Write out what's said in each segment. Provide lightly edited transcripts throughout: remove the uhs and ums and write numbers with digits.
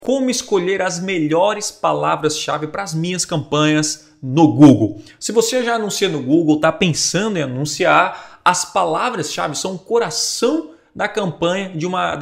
Como escolher as melhores palavras-chave para as minhas campanhas no Google. Se você já anuncia no Google, está pensando em anunciar, as palavras-chave são o coração da campanha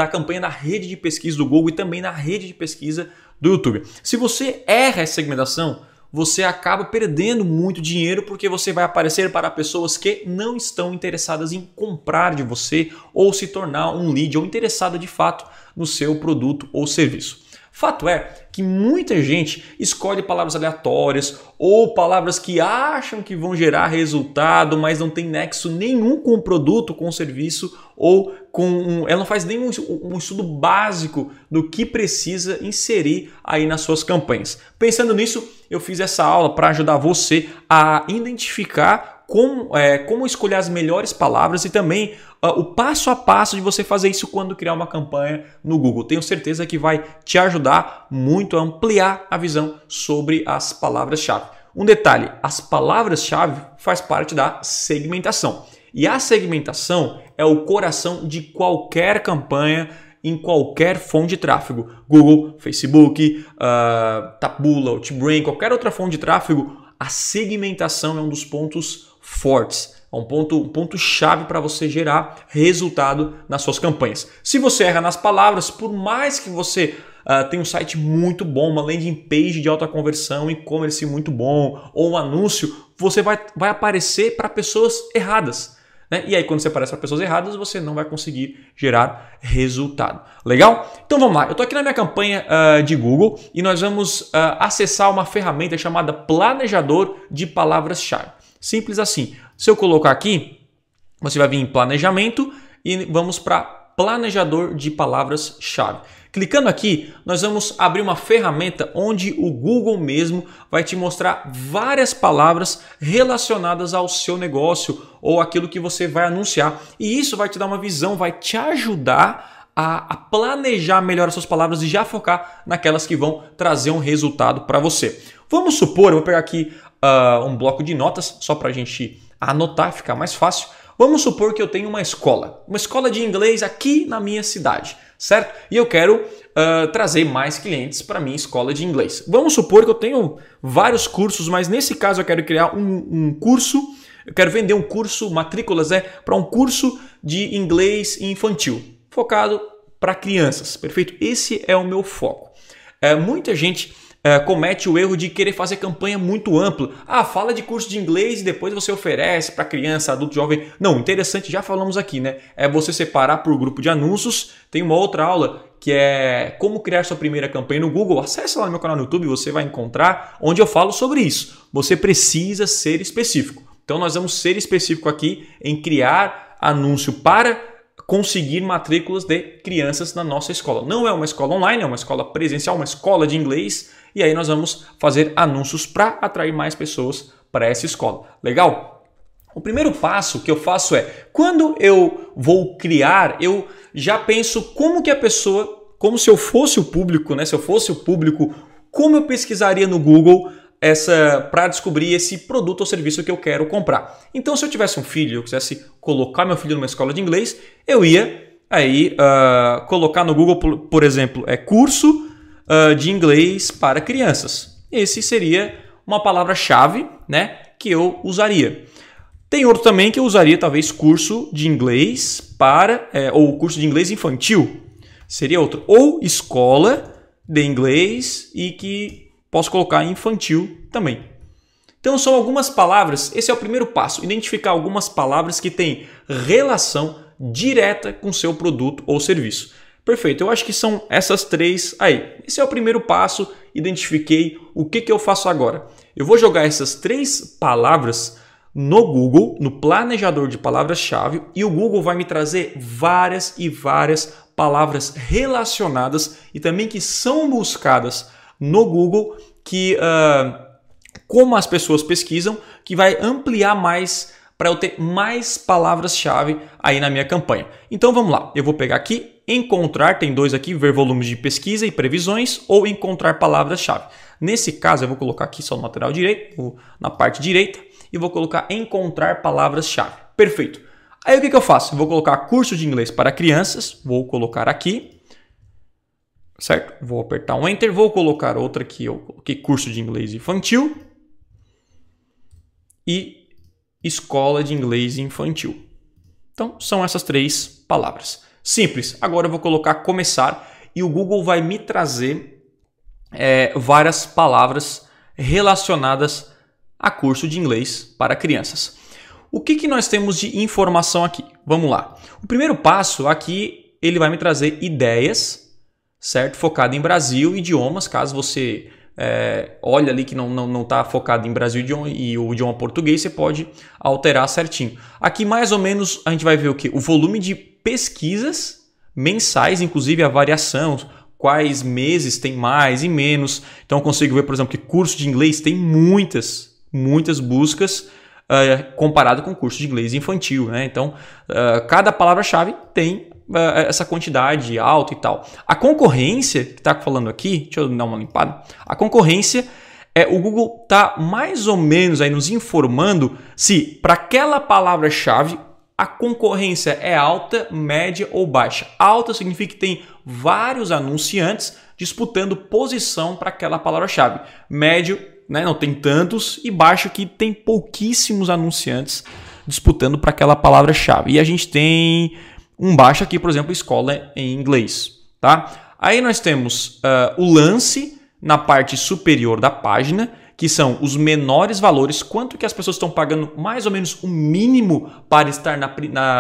da rede de pesquisa do Google e também na rede de pesquisa do YouTube. Se você erra essa segmentação, você acaba perdendo muito dinheiro porque você vai aparecer para pessoas que não estão interessadas em comprar de você ou se tornar um lead ou interessada de fato no seu produto ou serviço. Fato é que muita gente escolhe palavras aleatórias ou palavras que acham que vão gerar resultado, mas não tem nexo nenhum com o produto, com o serviço ou ela não faz nenhum um estudo básico do que precisa inserir aí nas suas campanhas. Pensando nisso, eu fiz essa aula para ajudar você a identificar como escolher as melhores palavras e também o passo a passo de você fazer isso quando criar uma campanha no Google. Tenho certeza que vai te ajudar muito a ampliar a visão sobre as palavras-chave. Um detalhe, as palavras-chave faz parte da segmentação. E a segmentação é o coração de qualquer campanha em qualquer fonte de tráfego. Google, Facebook, Taboola, Outbrain, qualquer outra fonte de tráfego, a segmentação é um dos pontos fortes. É um ponto chave para você gerar resultado nas suas campanhas. Se você erra nas palavras, por mais que você tenha um site muito bom, uma landing page de alta conversão, e-commerce muito bom ou um anúncio, você vai aparecer para pessoas erradas. Né? E aí quando você aparece para pessoas erradas, você não vai conseguir gerar resultado. Legal? Então vamos lá. Eu estou aqui na minha campanha de Google e nós vamos acessar uma ferramenta chamada Planejador de Palavras-Chave. Simples assim. Se eu colocar aqui, você vai vir em Planejamento e vamos para Planejador de Palavras-Chave. Clicando aqui, nós vamos abrir uma ferramenta onde o Google mesmo vai te mostrar várias palavras relacionadas ao seu negócio ou aquilo que você vai anunciar. E isso vai te dar uma visão, vai te ajudar a planejar melhor as suas palavras e já focar naquelas que vão trazer um resultado para você. Vamos supor, eu vou pegar aqui um bloco de notas só para a gente anotar, ficar mais fácil. Vamos supor que eu tenho uma escola de inglês aqui na minha cidade, certo? E eu quero trazer mais clientes para a minha escola de inglês. Vamos supor que eu tenho vários cursos, mas nesse caso eu quero criar um curso, eu quero vender um curso, matrículas, para um curso de inglês infantil, focado para crianças, perfeito? Esse é o meu foco. Muita gente comete o erro de querer fazer campanha muito ampla. Fala de curso de inglês e depois você oferece para criança, adulto, jovem. Não, interessante, já falamos aqui, né? É você separar por grupo de anúncios. Tem uma outra aula que é como criar sua primeira campanha no Google. Acesse lá no meu canal no YouTube, você vai encontrar onde eu falo sobre isso. Você precisa ser específico. Então nós vamos ser específico aqui em criar anúncio para conseguir matrículas de crianças na nossa escola. Não é uma escola online, é uma escola presencial, uma escola de inglês. E aí nós vamos fazer anúncios para atrair mais pessoas para essa escola. Legal? O primeiro passo que eu faço é, quando eu vou criar, eu já penso como que a pessoa, como se eu fosse o público, né? Se eu fosse o público, como eu pesquisaria no Google para descobrir esse produto ou serviço que eu quero comprar. Então, se eu tivesse um filho, eu quisesse colocar meu filho numa escola de inglês, eu ia aí colocar no Google, por exemplo, curso de inglês para crianças. Esse seria uma palavra-chave, né, que eu usaria. Tem outro também que eu usaria, talvez, curso de inglês ou curso de inglês infantil. Seria outro. Ou escola de inglês e que posso colocar infantil também. Então são algumas palavras, esse é o primeiro passo, identificar algumas palavras que têm relação direta com o seu produto ou serviço. Perfeito, eu acho que são essas três aí. Esse é o primeiro passo, identifiquei. O que eu faço agora? Eu vou jogar essas três palavras no Google, no planejador de palavras-chave, e o Google vai me trazer várias e várias palavras relacionadas e também que são buscadas no Google, que como as pessoas pesquisam, que vai ampliar mais para eu ter mais palavras-chave aí na minha campanha. Então vamos lá, eu vou pegar aqui, encontrar, tem dois aqui, ver volumes de pesquisa e previsões ou encontrar palavras-chave. Nesse caso eu vou colocar aqui só no lateral direito, na parte direita, e vou colocar encontrar palavras-chave. Perfeito. Aí o que eu faço? Eu vou colocar curso de inglês para crianças, vou colocar aqui. certo? Vou apertar um Enter, vou colocar outra aqui, eu coloquei curso de inglês infantil e escola de inglês infantil. Então, são essas 3 palavras. Simples. Agora eu vou colocar começar e o Google vai me trazer várias palavras relacionadas a curso de inglês para crianças. O que nós temos de informação aqui? Vamos lá. O primeiro passo aqui, ele vai me trazer ideias, certo? Focado em Brasil e idiomas, caso você olha ali que não está focado em Brasil e o idioma português, você pode alterar certinho. Aqui mais ou menos a gente vai ver o quê? O volume de pesquisas mensais, inclusive a variação, quais meses tem mais e menos. Então eu consigo ver, por exemplo, que curso de inglês tem muitas buscas comparado com curso de inglês infantil, né? Então cada palavra-chave tem essa quantidade alta e tal. A concorrência, que está falando aqui, deixa eu dar uma limpada. A concorrência, o Google está mais ou menos aí nos informando se para aquela palavra-chave a concorrência é alta, média ou baixa. Alta significa que tem vários anunciantes disputando posição para aquela palavra-chave. Médio, né, não tem tantos, e baixo que tem pouquíssimos anunciantes disputando para aquela palavra-chave. E a gente tem um baixo aqui, por exemplo, escola em inglês. Tá? Aí nós temos o lance na parte superior da página, que são os menores valores, quanto que as pessoas estão pagando mais ou menos o mínimo para estar na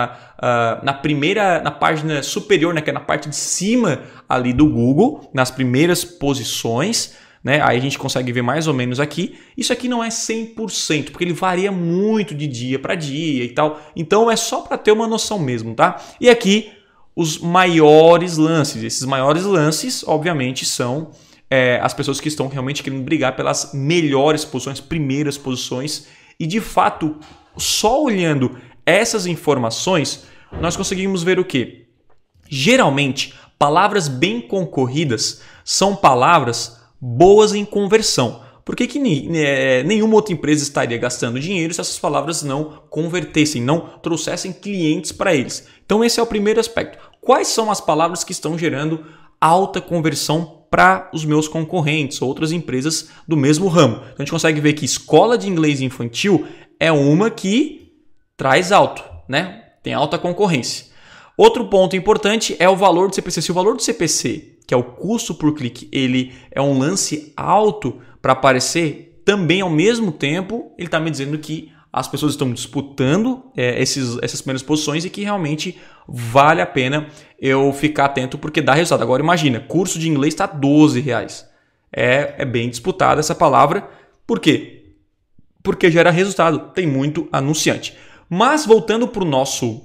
página superior, né, que é na parte de cima ali do Google, nas primeiras posições. Né? Aí a gente consegue ver mais ou menos aqui. Isso aqui não é 100%, porque ele varia muito de dia para dia e tal. Então é só para ter uma noção mesmo, tá? E aqui os maiores lances. Esses maiores lances, obviamente, são as pessoas que estão realmente querendo brigar pelas melhores posições, primeiras posições. E de fato, só olhando essas informações, nós conseguimos ver o quê? Geralmente, palavras bem concorridas são palavras boas em conversão. Por que nenhuma outra empresa estaria gastando dinheiro se essas palavras não convertessem, não trouxessem clientes para eles? Então esse é o primeiro aspecto. Quais são as palavras que estão gerando alta conversão para os meus concorrentes, outras empresas do mesmo ramo? Então a gente consegue ver que escola de inglês infantil é uma que traz alto, né? Tem alta concorrência. Outro ponto importante é o valor do CPC. Se o valor do CPC, que é o custo por clique, ele é um lance alto para aparecer, também ao mesmo tempo ele está me dizendo que as pessoas estão disputando essas primeiras posições e que realmente vale a pena eu ficar atento porque dá resultado. Agora imagina, curso de inglês está R$12. É bem disputada essa palavra. Por quê? Porque gera resultado, tem muito anunciante. Mas voltando para o nosso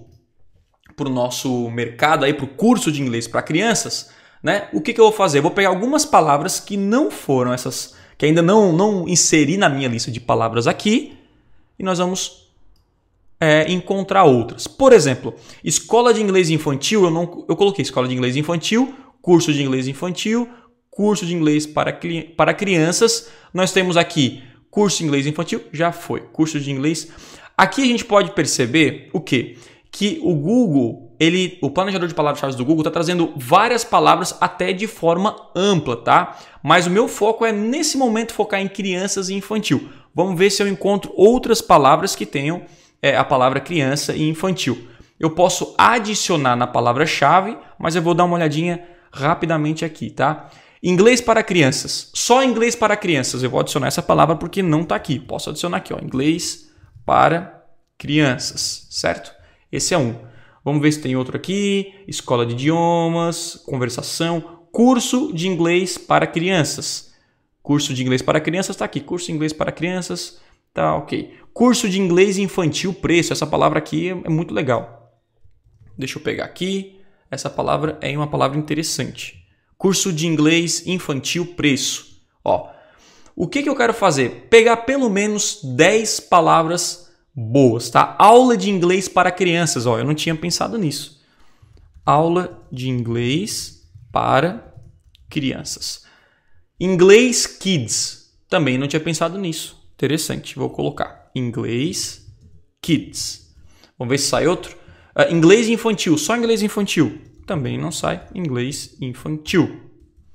mercado, para o curso de inglês para crianças, né? O que eu vou fazer? Eu vou pegar algumas palavras que não foram essas, que ainda não inseri na minha lista de palavras aqui, e nós vamos encontrar outras. Por exemplo, escola de inglês infantil, eu coloquei escola de inglês infantil, curso de inglês infantil, curso de inglês para crianças. Nós temos aqui curso de inglês infantil, já foi, curso de inglês. Aqui a gente pode perceber o quê? Que o Google, o planejador de palavras-chave do Google está trazendo várias palavras até de forma ampla, tá? Mas o meu foco é, nesse momento, focar em crianças e infantil. Vamos ver se eu encontro outras palavras que tenham a palavra criança e infantil. Eu posso adicionar na palavra-chave, mas eu vou dar uma olhadinha rapidamente aqui, tá? Inglês para crianças. Só inglês para crianças. Eu vou adicionar essa palavra porque não está aqui. Posso adicionar aqui, ó, inglês para crianças, certo? Esse é um. Vamos ver se tem outro aqui. Escola de idiomas, conversação, curso de inglês para crianças. Curso de inglês para crianças está aqui. Curso de inglês para crianças, tá ok. Curso de inglês infantil, preço. Essa palavra aqui é muito legal. Deixa eu pegar aqui. Essa palavra é uma palavra interessante. Curso de inglês infantil, preço. Ó, o que eu quero fazer? Pegar pelo menos 10 palavras boas, tá? Aula de inglês para crianças, ó, eu não tinha pensado nisso. Aula de inglês para crianças. Inglês Kids, também não tinha pensado nisso. Interessante, vou colocar. Inglês Kids. Vamos ver se sai outro. Inglês infantil, só inglês infantil. Também não sai inglês infantil.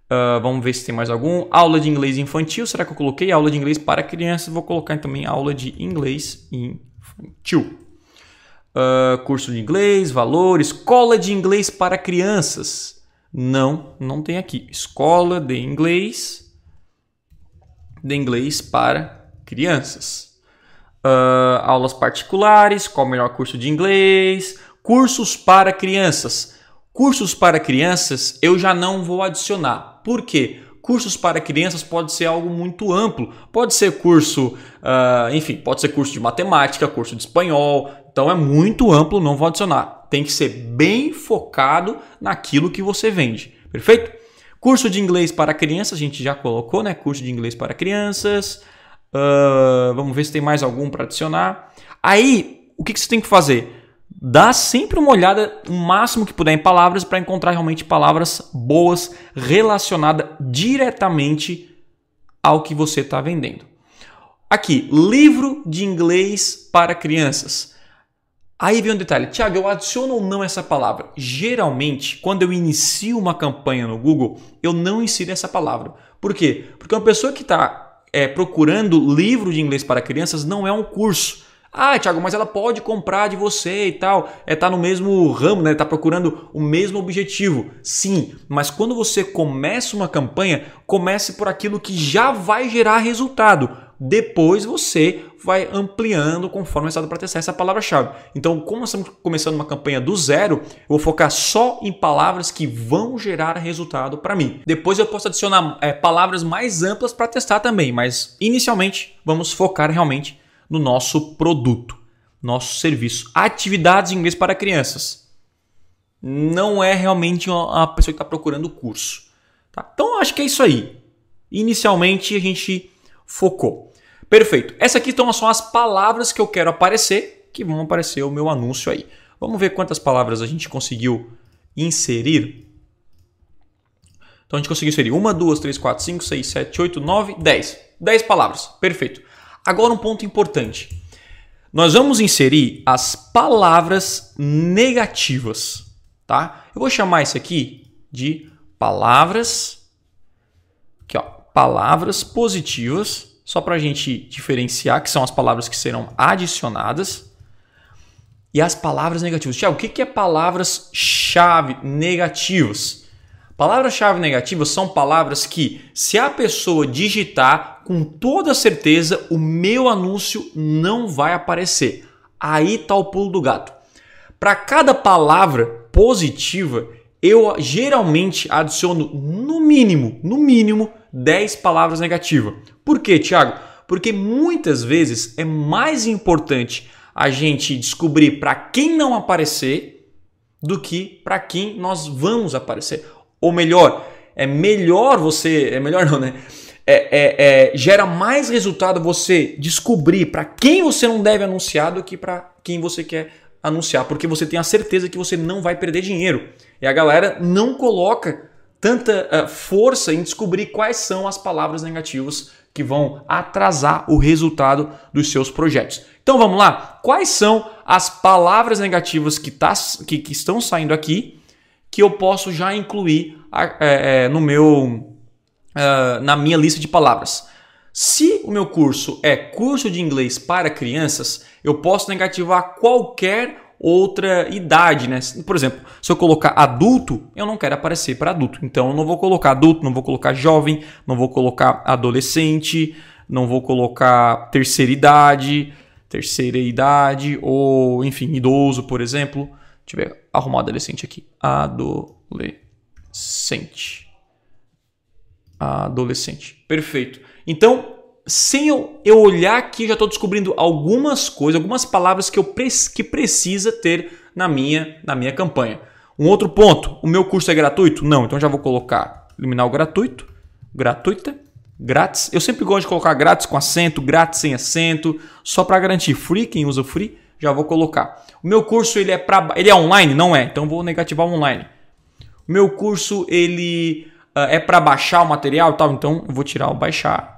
Vamos ver se tem mais algum. Aula de inglês infantil. Será que eu coloquei aula de inglês para crianças? Vou colocar também aula de inglês infantil. Curso de inglês, valor, escola de inglês para crianças. Não tem aqui. Escola de inglês para crianças. Aulas particulares, qual o melhor curso de inglês? Cursos para crianças. Cursos para crianças eu já não vou adicionar. Por quê? Cursos para crianças pode ser algo muito amplo. Pode ser curso, pode ser curso de matemática, curso de espanhol. Então é muito amplo, não vou adicionar. Tem que ser bem focado naquilo que você vende. Perfeito? Curso de inglês para crianças, a gente já colocou, né? Curso de inglês para crianças. Vamos ver se tem mais algum para adicionar. Aí, o que você tem que fazer? Dá sempre uma olhada o máximo que puder em palavras para encontrar realmente palavras boas relacionadas diretamente ao que você está vendendo. Aqui, livro de inglês para crianças. Aí vem um detalhe. Thiago, eu adiciono ou não essa palavra? Geralmente, quando eu inicio uma campanha no Google, eu não insiro essa palavra. Por quê? Porque uma pessoa que está procurando livro de inglês para crianças não é um curso. Thiago, mas ela pode comprar de você e tal. Tá no mesmo ramo, né? Tá procurando o mesmo objetivo. Sim, mas quando você começa uma campanha, comece por aquilo que já vai gerar resultado. Depois você vai ampliando conforme o estado para testar essa palavra-chave. Então, como nós estamos começando uma campanha do zero, eu vou focar só em palavras que vão gerar resultado para mim. Depois eu posso adicionar palavras mais amplas para testar também, mas inicialmente vamos focar realmente no nosso produto, nosso serviço. Atividades de inglês para crianças. Não é realmente a pessoa que está procurando o curso. Tá? Então, acho que é isso aí. Inicialmente, a gente focou. Perfeito. Essas aqui são as palavras que eu quero aparecer, que vão aparecer o meu anúncio aí. Vamos ver quantas palavras a gente conseguiu inserir. Então, a gente conseguiu inserir 1, 2, 3, 4, 5, 6, 7, 8, 9, 10. 10 palavras. Perfeito. Agora um ponto importante. Nós vamos inserir as palavras negativas, tá? Eu vou chamar isso aqui de palavras, palavras positivas, só para a gente diferenciar, que são as palavras que serão adicionadas, e as palavras negativas. Tiago, o que é palavras-chave negativas? Palavras-chave negativas são palavras que, se a pessoa digitar, com toda certeza o meu anúncio não vai aparecer. Aí está o pulo do gato. Para cada palavra positiva, eu geralmente adiciono no mínimo 10 palavras negativas. Por quê, Thiago? Porque muitas vezes é mais importante a gente descobrir para quem não aparecer do que para quem nós vamos aparecer. Ou melhor, gera mais resultado você descobrir para quem você não deve anunciar do que para quem você quer anunciar, porque você tem a certeza que você não vai perder dinheiro. E a galera não coloca tanta força em descobrir quais são as palavras negativas que vão atrasar o resultado dos seus projetos. Então vamos lá? Quais são as palavras negativas que estão saindo aqui que eu posso já incluir na minha lista de palavras? Se o meu curso é curso de inglês para crianças, eu posso negativar qualquer outra idade, né? Por exemplo, se eu colocar adulto, eu não quero aparecer para adulto. Então, eu não vou colocar adulto, não vou colocar jovem, não vou colocar adolescente, não vou colocar terceira idade ou, enfim, idoso, por exemplo. Deixa eu ver, arrumar adolescente aqui. Adolescente. Perfeito. Então, sem eu olhar aqui, já estou descobrindo algumas coisas, algumas palavras que precisa ter na minha campanha. Um outro ponto, o meu curso é gratuito? Não, então já vou colocar, eliminar o gratuito, gratuita, grátis. Eu sempre gosto de colocar grátis com acento, grátis sem acento, só para garantir. Free, quem usa free, já vou colocar. O meu curso ele é online? Não é, então vou negativar o online. O meu curso ele é para baixar o material e tal, então eu vou tirar o baixar.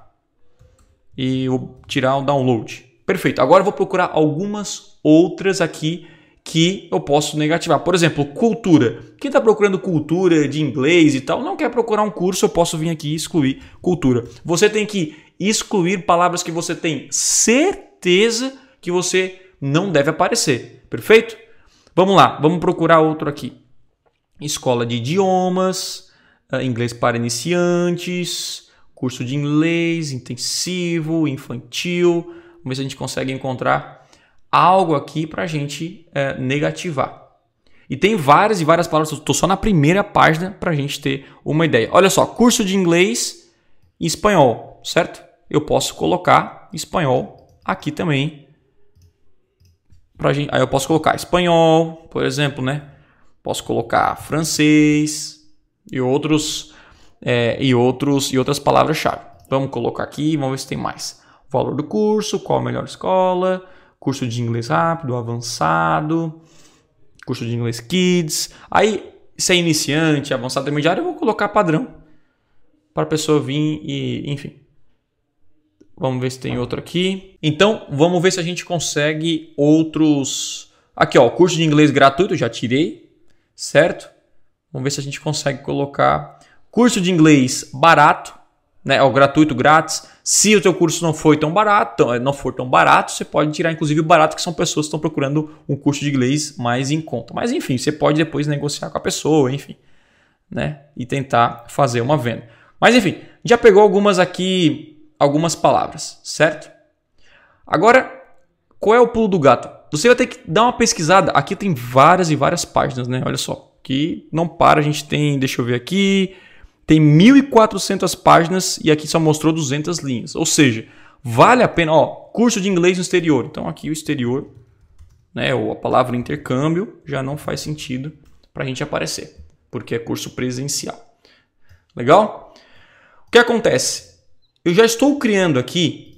E vou tirar o download. Perfeito. Agora eu vou procurar algumas outras aqui que eu posso negativar. Por exemplo, cultura. Quem está procurando cultura de inglês e tal, não quer procurar um curso, eu posso vir aqui e excluir cultura. Você tem que excluir palavras que você tem certeza que você não deve aparecer. Perfeito? Vamos lá, vamos procurar outro aqui. Escola de idiomas, inglês para iniciantes, curso de inglês, intensivo, infantil. Vamos ver se a gente consegue encontrar algo aqui para a gente negativar. E tem várias e várias palavras, estou só na primeira página para a gente ter uma ideia. Olha só, curso de inglês e espanhol, certo? Eu posso colocar espanhol aqui também. Aí eu posso colocar espanhol, por exemplo, né? Posso colocar francês e outras palavras-chave. Vamos colocar aqui, vamos ver se tem mais. Valor do curso, qual a melhor escola, curso de inglês rápido, avançado, curso de inglês kids. Aí, se é iniciante, avançado, intermediário, eu vou colocar padrão para a pessoa vir e, enfim. Vamos ver se tem outro aqui. Então, vamos ver se a gente consegue outros. Aqui, ó, curso de inglês gratuito, já tirei, certo? Vamos ver se a gente consegue colocar curso de inglês barato, né? O gratuito, grátis. Se o teu curso não for tão barato, você pode tirar inclusive o barato, que são pessoas que estão procurando um curso de inglês mais em conta. Mas enfim, você pode depois negociar com a pessoa, enfim, né? E tentar fazer uma venda. Mas enfim, já pegou algumas palavras, certo? Agora, qual é o pulo do gato? Você vai ter que dar uma pesquisada. Aqui tem várias e várias páginas, né? Olha só, que não para, a gente tem, deixa eu ver aqui, tem 1.400 páginas e aqui só mostrou 200 linhas. Ou seja, vale a pena, ó, curso de inglês no exterior. Então aqui o exterior, né, ou a palavra intercâmbio já não faz sentido para a gente aparecer, porque é curso presencial. Legal? O que acontece? Eu já estou criando aqui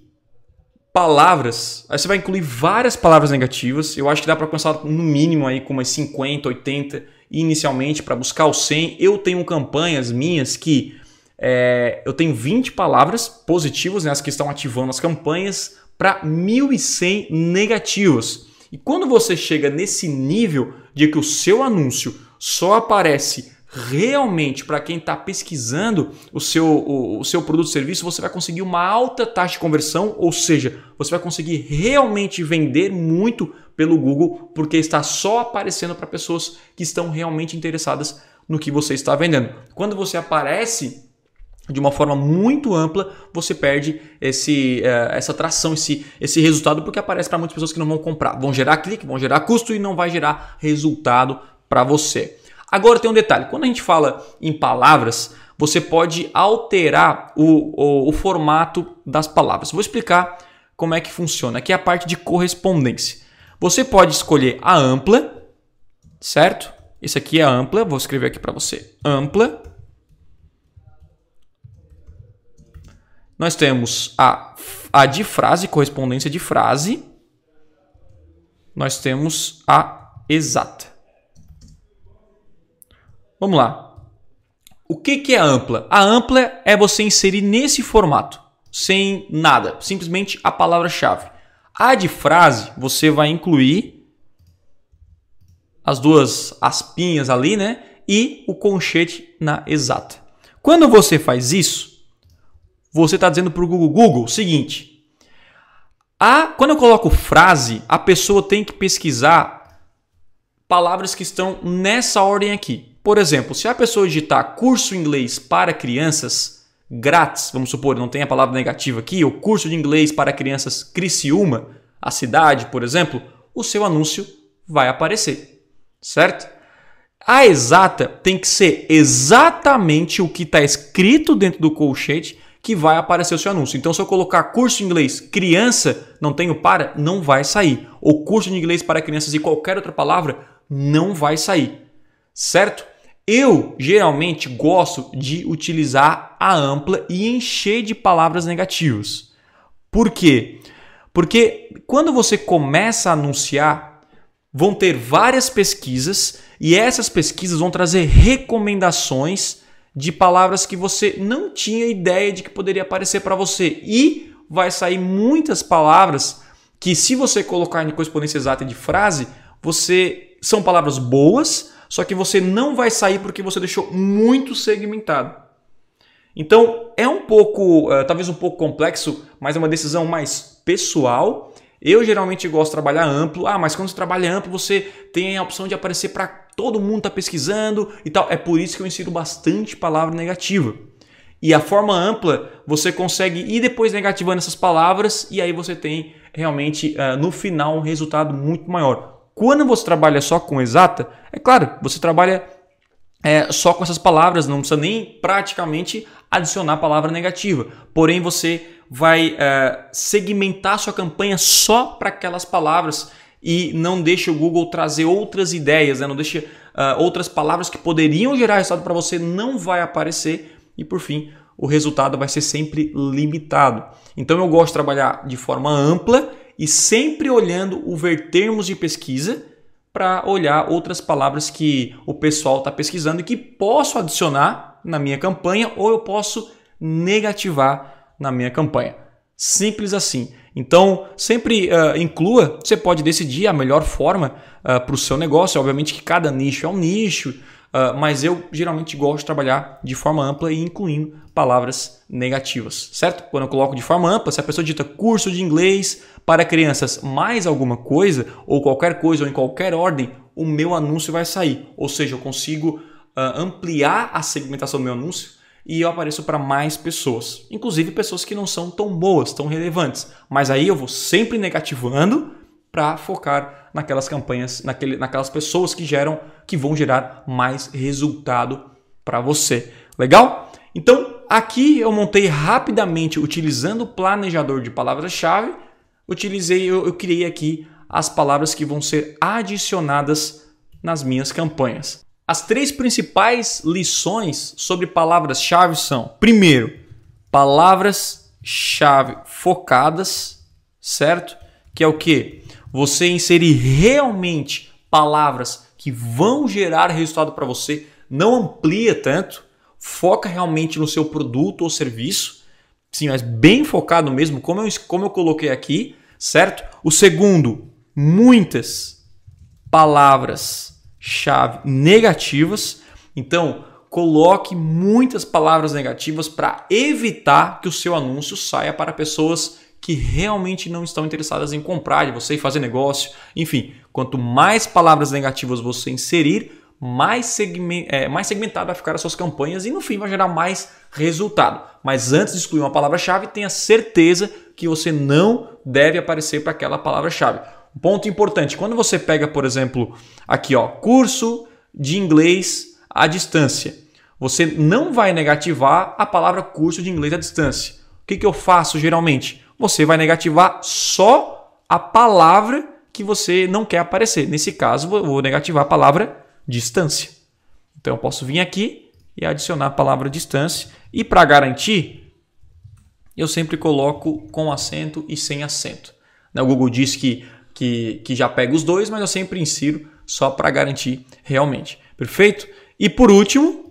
palavras, aí você vai incluir várias palavras negativas. Eu acho que dá para começar no mínimo aí com umas 50, 80 inicialmente para buscar o 100. Eu tenho campanhas minhas que eu tenho 20 palavras positivas, né, as que estão ativando as campanhas, para 1.100 negativas. E quando você chega nesse nível de que o seu anúncio só aparece realmente para quem está pesquisando o seu produto ou serviço, você vai conseguir uma alta taxa de conversão, ou seja, você vai conseguir realmente vender muito pelo Google, porque está só aparecendo para pessoas que estão realmente interessadas no que você está vendendo. Quando você aparece de uma forma muito ampla, você perde essa atração, esse resultado, porque aparece para muitas pessoas que não vão comprar. Vão gerar clique, vão gerar custo e não vai gerar resultado para você. Agora tem um detalhe, quando a gente fala em palavras, você pode alterar o formato das palavras. Vou explicar como é que funciona. Aqui é a parte de correspondência. Você pode escolher a ampla, certo? Esse aqui é a ampla, vou escrever aqui para você. Ampla. Nós temos a de frase, correspondência de frase. Nós temos a exata. Vamos lá. O que é a ampla? A ampla é você inserir nesse formato, sem nada, simplesmente a palavra-chave. A de frase, você vai incluir as duas aspinhas ali, né? E o colchete na exata. Quando você faz isso, você está dizendo para o Google o seguinte: quando eu coloco frase, a pessoa tem que pesquisar palavras que estão nessa ordem aqui. Por exemplo, se a pessoa digitar curso inglês para crianças grátis, vamos supor, não tem a palavra negativa aqui, ou curso de inglês para crianças Criciúma, a cidade, por exemplo, o seu anúncio vai aparecer, certo? A exata tem que ser exatamente o que está escrito dentro do colchete que vai aparecer o seu anúncio. Então, se eu colocar curso de inglês criança, não tenho para, não vai sair. Ou curso de inglês para crianças e qualquer outra palavra, não vai sair, certo? Eu geralmente gosto de utilizar a ampla e encher de palavras negativas. Por quê? Porque quando você começa a anunciar, vão ter várias pesquisas e essas pesquisas vão trazer recomendações de palavras que você não tinha ideia de que poderia aparecer para você. E vai sair muitas palavras que, se você colocar em correspondência exata de frase, você são palavras boas, só que você não vai sair porque você deixou muito segmentado. Então é um pouco, talvez um pouco complexo, mas é uma decisão mais pessoal. Eu geralmente gosto de trabalhar amplo. Mas quando você trabalha amplo, você tem a opção de aparecer para todo mundo tá pesquisando e tal. É por isso que eu insiro bastante palavra negativa. E a forma ampla, você consegue ir depois negativando essas palavras e aí você tem realmente, no final, um resultado muito maior. Quando você trabalha só com exata, é claro, você trabalha só com essas palavras, não precisa nem praticamente adicionar palavra negativa. Porém, você vai segmentar sua campanha só para aquelas palavras e não deixa o Google trazer outras ideias, não deixa outras palavras que poderiam gerar resultado para você, não vai aparecer e, por fim, o resultado vai ser sempre limitado. Então, eu gosto de trabalhar de forma ampla e sempre olhando o ver termos de pesquisa para olhar outras palavras que o pessoal está pesquisando e que posso adicionar na minha campanha ou eu posso negativar na minha campanha. Simples assim. Então, sempre inclua, você pode decidir a melhor forma para o seu negócio. Obviamente que cada nicho é um nicho, mas eu geralmente gosto de trabalhar de forma ampla e incluindo palavras negativas, certo? Quando eu coloco de forma ampla, se a pessoa digita curso de inglês para crianças mais alguma coisa, ou qualquer coisa, ou em qualquer ordem, o meu anúncio vai sair. Ou seja, eu consigo ampliar a segmentação do meu anúncio e eu apareço para mais pessoas. Inclusive pessoas que não são tão boas, tão relevantes. Mas aí eu vou sempre negativando para focar naquelas campanhas, naquelas pessoas que vão gerar mais resultado para você. Legal? Então, aqui eu montei rapidamente, utilizando o planejador de palavras-chave, eu criei aqui as palavras que vão ser adicionadas nas minhas campanhas. As 3 principais lições sobre palavras-chave são: primeiro, palavras-chave focadas, certo? Que é o quê? Você inserir realmente palavras que vão gerar resultado para você, não amplia tanto, foca realmente no seu produto ou serviço, sim, mas bem focado mesmo, como eu coloquei aqui, certo? O segundo, muitas palavras-chave negativas, então coloque muitas palavras negativas para evitar que o seu anúncio saia para pessoas que realmente não estão interessadas em comprar de você e fazer negócio. Enfim, quanto mais palavras negativas você inserir, mais segmentado vai ficar as suas campanhas e no fim vai gerar mais resultado. Mas antes de excluir uma palavra-chave, tenha certeza que você não deve aparecer para aquela palavra-chave. Um ponto importante, quando você pega, por exemplo, aqui, curso de inglês à distância, você não vai negativar a palavra curso de inglês à distância. O que eu faço geralmente? Você vai negativar só a palavra que você não quer aparecer. Nesse caso, eu vou negativar a palavra distância. Então, eu posso vir aqui e adicionar a palavra distância. E para garantir, eu sempre coloco com acento e sem acento. O Google diz que já pega os dois, mas eu sempre insiro só para garantir realmente. Perfeito? E por último,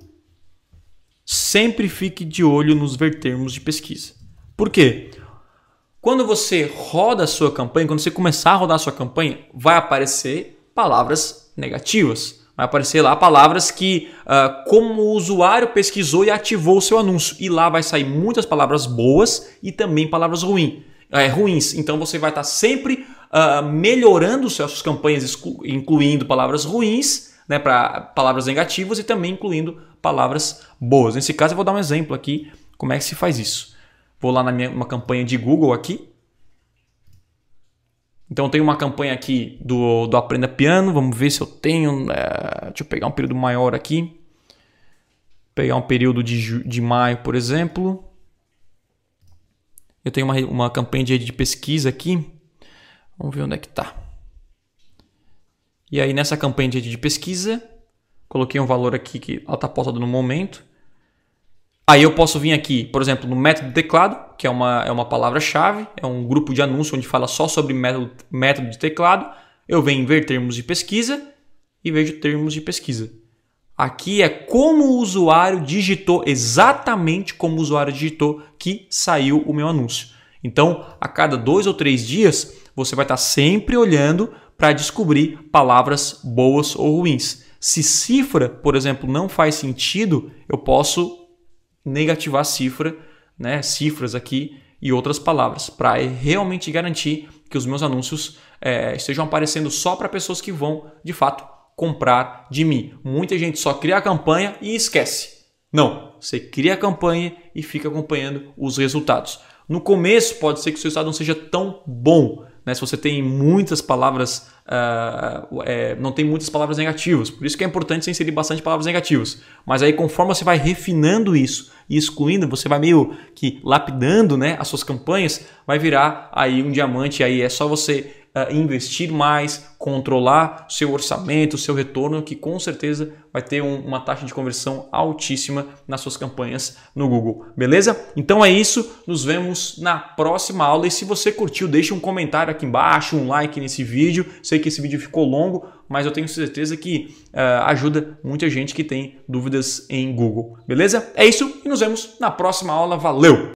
sempre fique de olho nos ver termos de pesquisa. Por quê? Quando você roda a sua campanha, quando você começar a rodar a sua campanha, vai aparecer palavras negativas. Vai aparecer lá palavras que, como o usuário pesquisou e ativou o seu anúncio. E lá vai sair muitas palavras boas e também palavras ruins. Então você vai estar sempre melhorando suas campanhas, incluindo palavras ruins, né, para palavras negativas e também incluindo palavras boas. Nesse caso eu vou dar um exemplo aqui como é que se faz isso. Vou lá uma campanha de Google aqui. Então, eu tenho uma campanha aqui do Aprenda Piano. Vamos ver se eu tenho. Deixa eu pegar um período maior aqui. Pegar um período de maio, por exemplo. Eu tenho uma campanha de pesquisa aqui. Vamos ver onde é que está. E aí, nessa campanha de pesquisa, coloquei um valor aqui que ela está pausada no momento. Aí eu posso vir aqui, por exemplo, no método de teclado, que é uma palavra-chave, é um grupo de anúncio onde fala só sobre método de teclado. Eu venho ver termos de pesquisa e vejo termos de pesquisa. Aqui é como o usuário digitou, exatamente como o usuário digitou que saiu o meu anúncio. Então, a cada 2 ou 3 dias, você vai estar sempre olhando para descobrir palavras boas ou ruins. Se cifra, por exemplo, não faz sentido, eu posso negativar cifra, né, cifras aqui e outras palavras, para realmente garantir que os meus anúncios estejam aparecendo só para pessoas que vão, de fato, comprar de mim. Muita gente só cria a campanha e esquece. Não, você cria a campanha e fica acompanhando os resultados. No começo pode ser que o seu resultado não seja tão bom, né? Se você tem muitas palavras, não tem muitas palavras negativas. Por isso que é importante você inserir bastante palavras negativas. Mas aí conforme você vai refinando isso e excluindo, você vai meio que lapidando, né, as suas campanhas, vai virar aí um diamante. Aí é só você investir mais, controlar seu orçamento, seu retorno, que com certeza vai ter uma taxa de conversão altíssima nas suas campanhas no Google, beleza? Então é isso, nos vemos na próxima aula e se você curtiu, deixa um comentário aqui embaixo, um like nesse vídeo. Sei que esse vídeo ficou longo, mas eu tenho certeza que ajuda muita gente que tem dúvidas em Google, beleza? É isso e nos vemos na próxima aula, valeu!